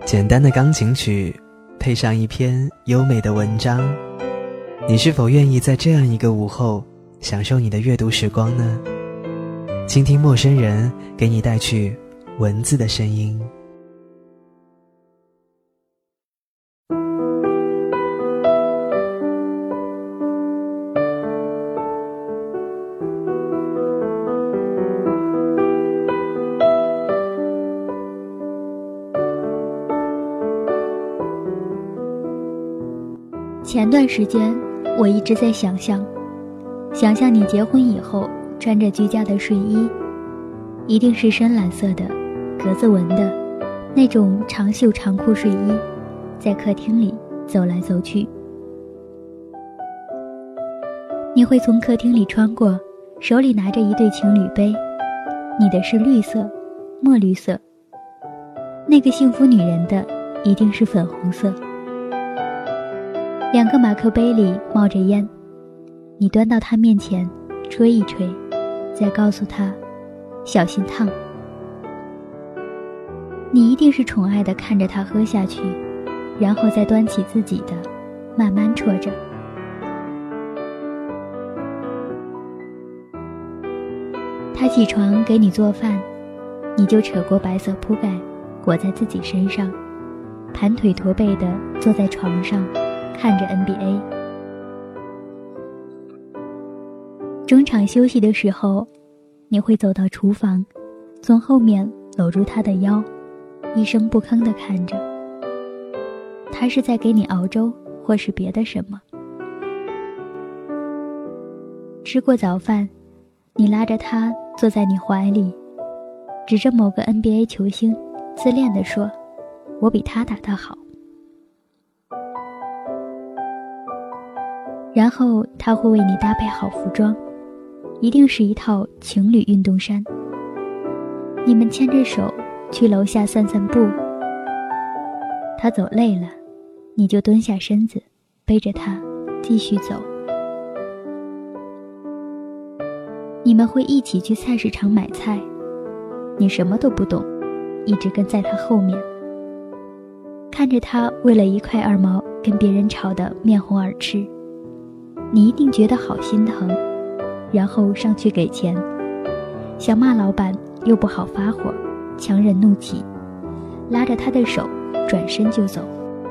简单的钢琴曲配上一篇优美的文章，你是否愿意在这样一个午后享受你的阅读时光呢？倾听陌生人给你带去文字的声音。 前段时间我一直在想象你结婚以后穿着居家的睡衣，一定是深蓝色的格子纹的那种长袖长裤睡衣，在客厅里走来走去。你会从客厅里穿过，手里拿着一对情侣杯，你的是绿色墨绿色，那个幸福女人的一定是粉红色。2个马克杯里冒着烟，你端到她面前吹一吹，再告诉她小心烫。你一定是宠爱地看着她喝下去，然后再端起自己的慢慢啜着。她起床给你做饭，你就扯过白色铺盖裹在自己身上，盘腿驼背地坐在床上看着 NBA。 中场休息的时候，你会走到厨房，从后面搂住他的腰，一声不吭地看着他是在给你熬粥或是别的什么。吃过早饭，你拉着他坐在你怀里，指着某个 NBA 球星自恋地说，我比他打得好。然后他会为你搭配好服装，一定是一套情侣运动衫。你们牵着手去楼下散散步，他走累了，你就蹲下身子背着他继续走。你们会一起去菜市场买菜，你什么都不懂，一直跟在他后面，看着他为了1块2毛跟别人吵得面红耳赤，你一定觉得好心疼，然后上去给钱，想骂老板又不好发火，强忍怒气，拉着他的手转身就走，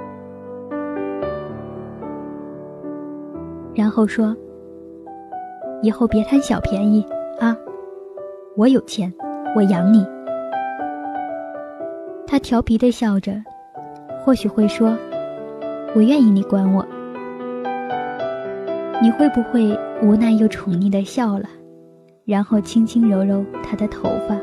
然后说，以后别贪小便宜啊，我有钱，我养你。他调皮地笑着，或许会说，我愿意你管我。你会不会无奈又宠溺地笑了，然后轻轻揉揉他的头发？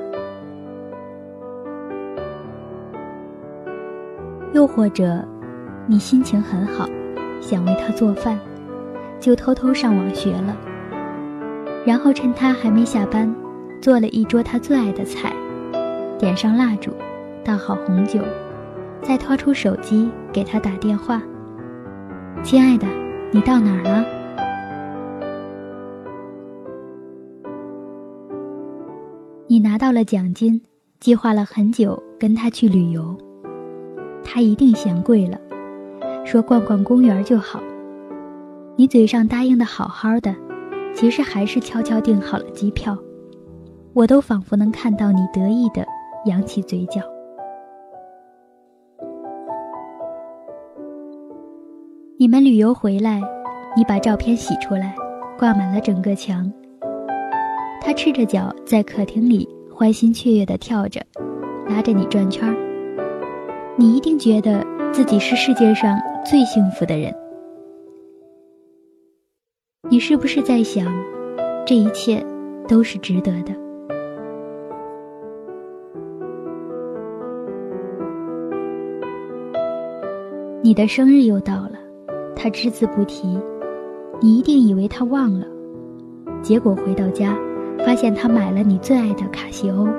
又或者你心情很好，想为他做饭，就偷偷上网学了，然后趁他还没下班，做了一桌他最爱的菜，点上蜡烛，倒好红酒，再掏出手机给他打电话，亲爱的，你到哪儿了？你拿到了奖金，计划了很久跟他去旅游，他一定嫌贵了，说逛逛公园就好。你嘴上答应的好好的，其实还是悄悄订好了机票，我都仿佛能看到你得意的扬起嘴角。你们旅游回来，你把照片洗出来，挂满了整个墙。他赤着脚在客厅里欢欣雀跃地跳着，拉着你转圈，你一定觉得自己是世界上最幸福的人。你是不是在想，这一切都是值得的？你的生日又到了，他只字不提，你一定以为他忘了，结果回到家发现他买了你最爱的卡西欧。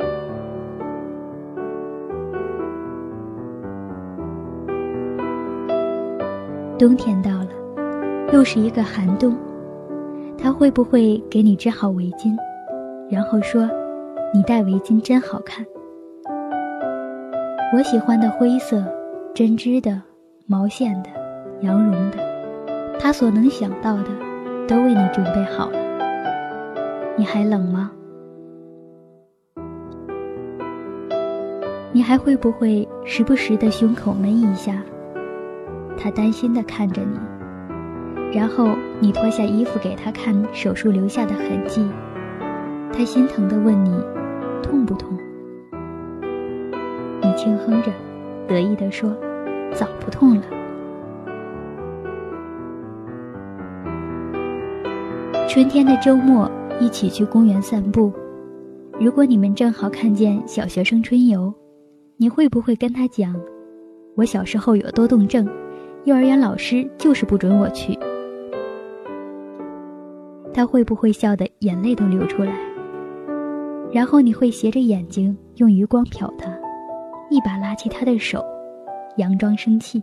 冬天到了，又是一个寒冬，他会不会给你织好围巾，然后说，你戴围巾真好看？ 我喜欢的灰色、针织的、毛线的、羊绒的，他所能想到的都为你准备好了。你还冷吗？你还会不会时不时的胸口闷一下？他担心地看着你，然后你脱下衣服给他看手术留下的痕迹，他心疼地问你痛不痛？你轻哼着得意地说，早不痛了。春天的周末一起去公园散步，如果你们正好看见小学生春游，你会不会跟他讲，我小时候有多动症，幼儿园老师就是不准我去？他会不会笑得眼泪都流出来？然后你会斜着眼睛用余光瞟他，一把拉起他的手，佯装生气。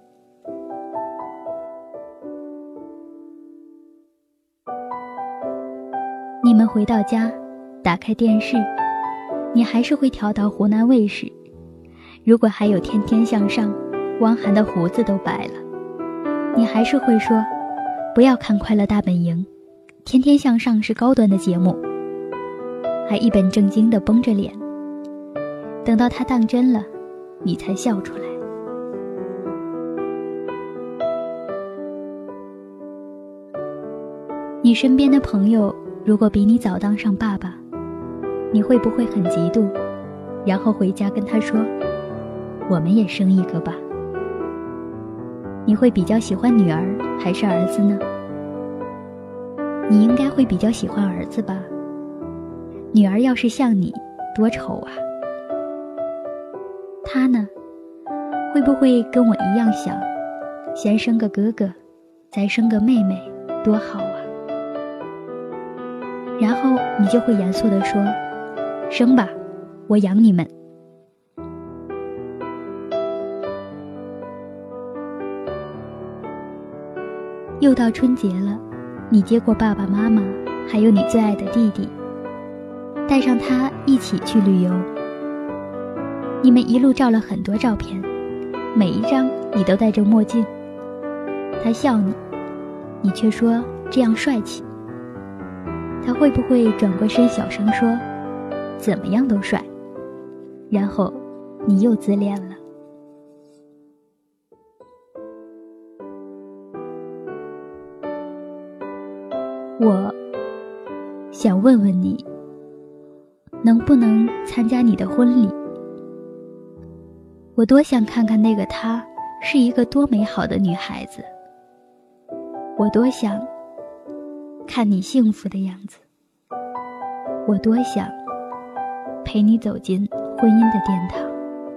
你们回到家，打开电视，你还是会调到湖南卫视。如果还有天天向上，汪涵的胡子都白了，你还是会说，不要看快乐大本营，天天向上是高端的节目，还一本正经地绷着脸。等到他当真了，你才笑出来。你身边的朋友如果比你早当上爸爸，你会不会很嫉妒，然后回家跟他说，我们也生一个吧？你会比较喜欢女儿还是儿子呢？你应该会比较喜欢儿子吧？女儿要是像你，多丑啊！他呢，会不会跟我一样想，先生个哥哥，再生个妹妹，多好啊？然后你就会严肃地说，生吧，我养你们。又到春节了，你接过爸爸妈妈，还有你最爱的弟弟，带上他一起去旅游。你们一路照了很多照片，每一张你都戴着墨镜。他笑你，你却说这样帅气。他会不会转过身小声说，怎么样都帅？然后你又自恋了。我想问问你，能不能参加你的婚礼？我多想看看那个她是一个多美好的女孩子，我多想看你幸福的样子，我多想陪你走进婚姻的殿堂。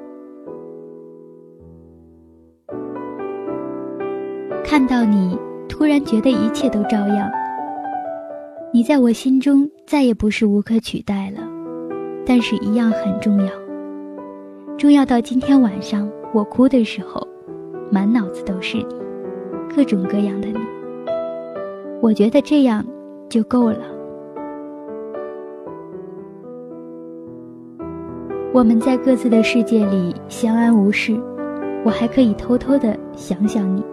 看到你，突然觉得一切都照样。你在我心中再也不是无可取代了，但是一样很重要。重要到今天晚上我哭的时候，满脑子都是你，各种各样的你。我觉得这样就够了。我们在各自的世界里相安无事，我还可以偷偷地想想你。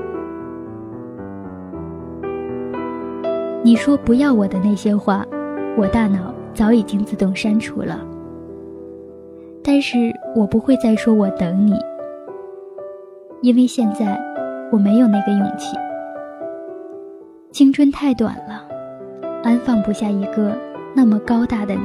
你说不要我的那些话，我大脑早已经自动删除了。但是我不会再说我等你，因为现在我没有那个勇气。青春太短了，安放不下一个那么高大的你。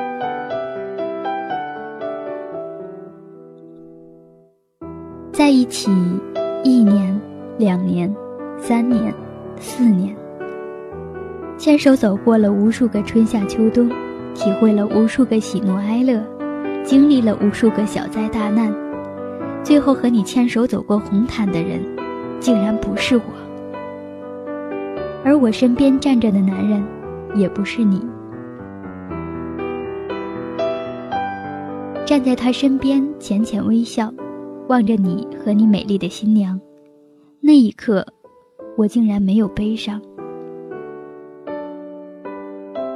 在一起1年、2年、3年、4年，牵手走过了无数个春夏秋冬，体会了无数个喜怒哀乐，经历了无数个小灾大难，最后和你牵手走过红毯的人，竟然不是我。而我身边站着的男人，也不是你。站在他身边，浅浅微笑，望着你和你美丽的新娘，那一刻，我竟然没有悲伤。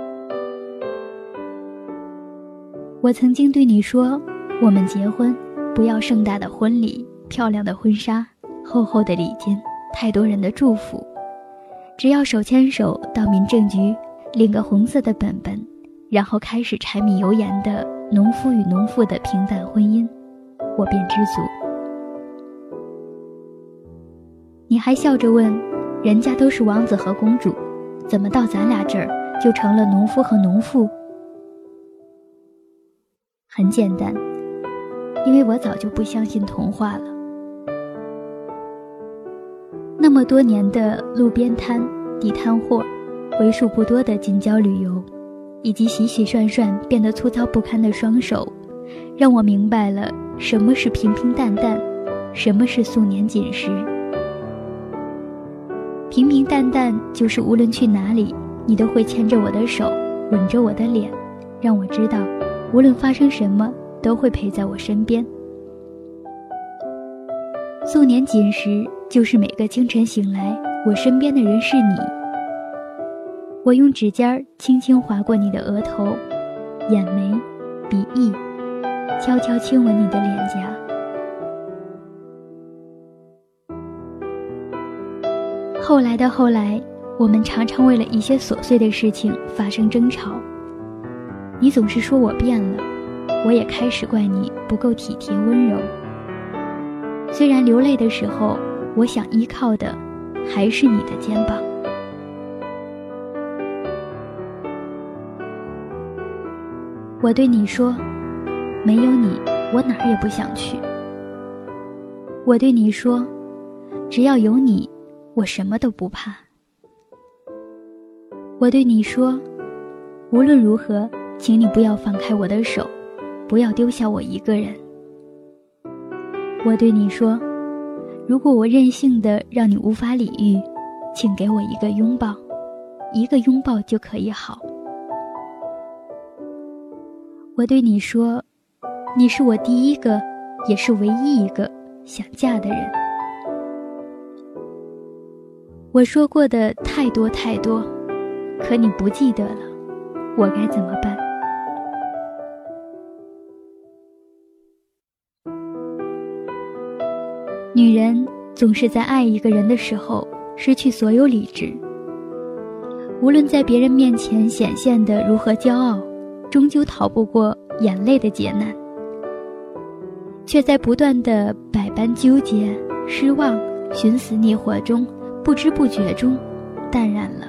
我曾经对你说，我们结婚， 不要盛大的婚礼，漂亮的婚纱，厚厚的礼金，太多人的祝福，只要手牵手到民政局领个红色的本本，然后开始柴米油盐的农夫与农妇的平淡婚姻，我便知足。你还笑着问，人家都是王子和公主，怎么到咱俩这儿就成了农夫和农妇？很简单，因为我早就不相信童话了。那么多年的路边摊、地摊货，为数不多的近郊旅游，以及洗洗涮涮变得粗糙不堪的双手，让我明白了什么是平平淡淡，什么是素年锦时。平平淡淡就是无论去哪里，你都会牵着我的手，吻着我的脸，让我知道无论发生什么都会陪在我身边。素年锦时就是每个清晨醒来，我身边的人是你。我用指尖轻轻划过你的额头、眼眉、鼻翼，悄悄亲吻你的脸颊。后来的后来，我们常常为了一些琐碎的事情发生争吵。你总是说我变了，我也开始怪你不够体贴温柔。虽然流泪的时候，我想依靠的还是你的肩膀。我对你说，没有你，我哪儿也不想去。我对你说，只要有你，我什么都不怕。我对你说，无论如何，请你不要放开我的手，不要丢下我一个人。我对你说，如果我任性的让你无法理喻，请给我一个拥抱，一个拥抱就可以好。我对你说，你是我第一个，也是唯一一个想嫁的人。我说过的太多太多，可你不记得了，我该怎么办？女人总是在爱一个人的时候失去所有理智，无论在别人面前显现得如何骄傲，终究逃不过眼泪的劫难，却在不断的百般纠结、失望、寻死觅活中，不知不觉中淡然了。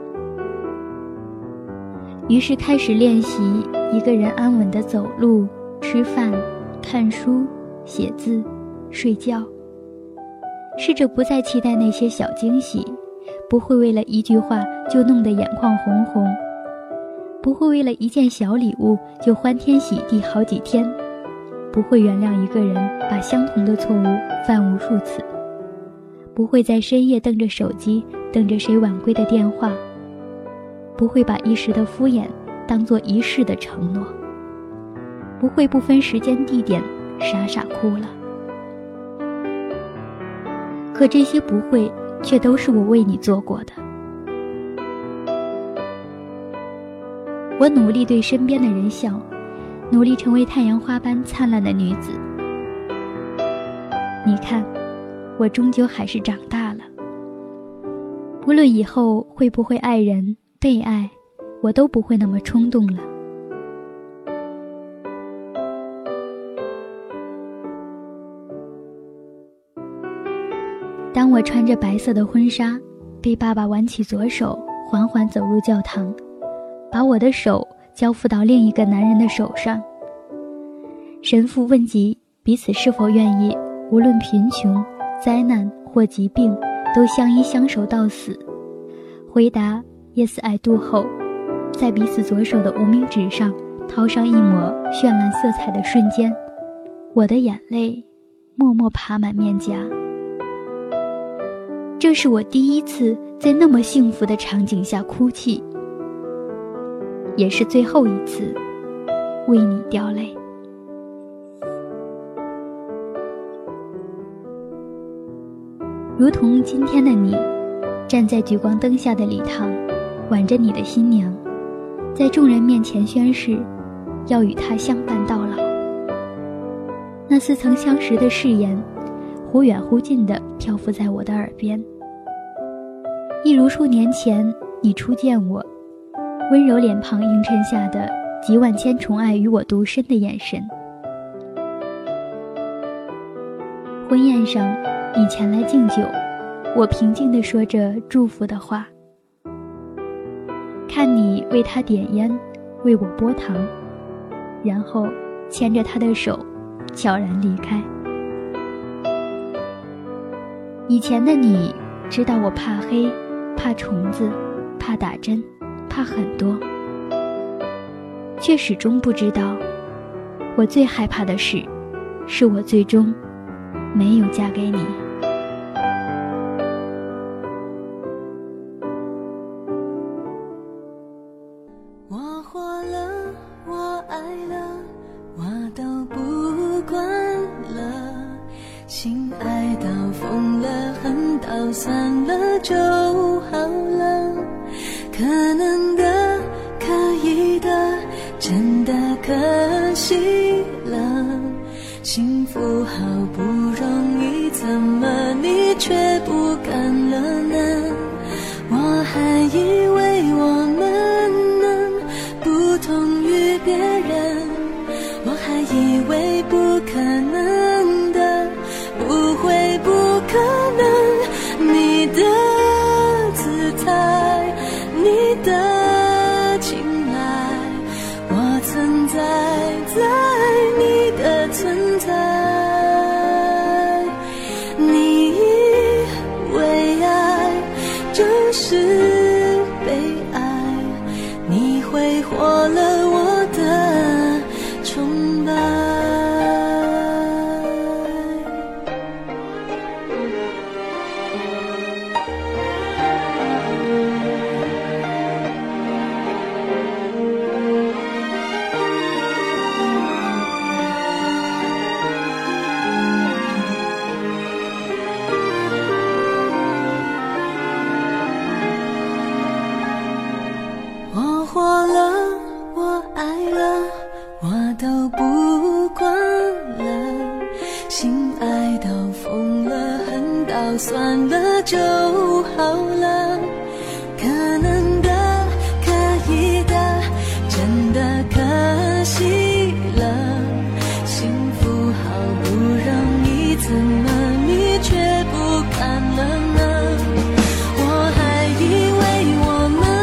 于是开始练习一个人安稳地走路、吃饭、看书、写字、睡觉，试着不再期待那些小惊喜，不会为了一句话就弄得眼眶红红，不会为了一件小礼物就欢天喜地好几天，不会原谅一个人把相同的错误犯无数次，不会在深夜瞪着手机，等着谁晚归的电话，不会把一时的敷衍当作一世的承诺，不会不分时间地点傻傻哭了。可这些不会，却都是我为你做过的。我努力对身边的人笑，努力成为太阳花般灿烂的女子。你看，我终究还是长大了。无论以后会不会爱人、被爱，我都不会那么冲动了。当我穿着白色的婚纱，被爸爸挽起左手，缓缓走入教堂，把我的手交付到另一个男人的手上。神父问及彼此是否愿意，无论贫穷、灾难或疾病，都相依相守到死。回答 Yes I do 后，在彼此左手的无名指上掏上一抹绚烂色彩的瞬间，我的眼泪默默爬满面颊。这是我第一次在那么幸福的场景下哭泣，也是最后一次为你掉泪。如同今天的你，站在聚光灯下的礼堂，挽着你的新娘，在众人面前宣誓要与她相伴到老。 那似曾相识的誓言，忽远忽近地漂浮在我的耳边，一如数年前你初见我，温柔脸庞映衬下的集万千宠爱与我独身的眼神。婚宴上，你前来敬酒，我平静地说着祝福的话，看你为他点烟，为我拨糖，然后牵着他的手悄然离开。以前的你知道我怕黑，怕虫子，怕打针，怕很多，却始终不知道，我最害怕的事，是我最终没有嫁给你。 我活了，我爱了，我都不管了，心爱到疯了，恨到散了就好了，可能的，可以的，真的可惜了，幸福好不容易，怎么你却不敢了呢？我还以为我们能不同于别人，我还以为不可能的，不会不可能，你的姿态，你的青睐，我存在在你的存在，你以为爱就是被爱，你挥霍了我的崇拜。我活了，我爱了，我都不管了，心爱到疯了，恨到算了就好了，可能的，可以的，真的可惜了，幸福好不容易，怎么你却不敢了呢？我还以为我们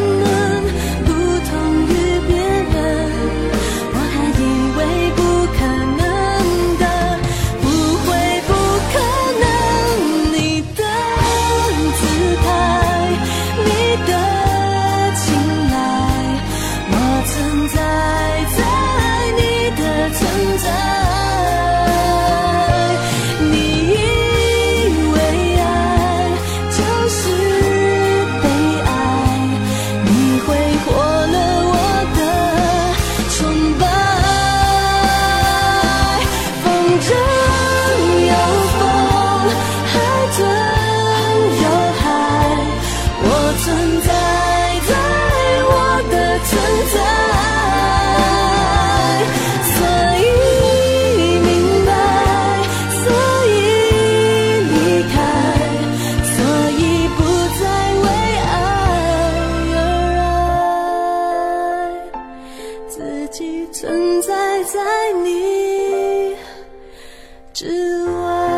存在在你之外。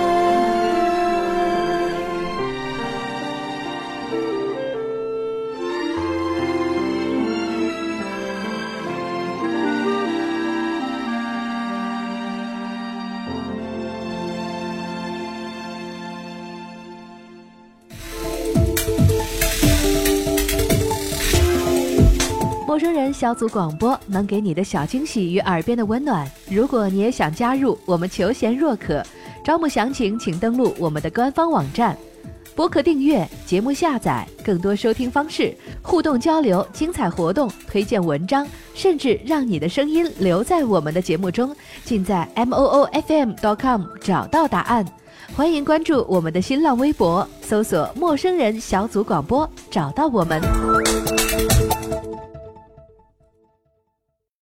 陌生人小组广播能给你的小惊喜与耳边的温暖。如果你也想加入，我们求贤若渴，招募详情请登录我们的官方网站。播客订阅、节目下载、更多收听方式、互动交流、精彩活动、推荐文章，甚至让你的声音留在我们的节目中，尽在 moofm.com 找到答案。欢迎关注我们的新浪微博，搜索陌生人小组广播，找到我们。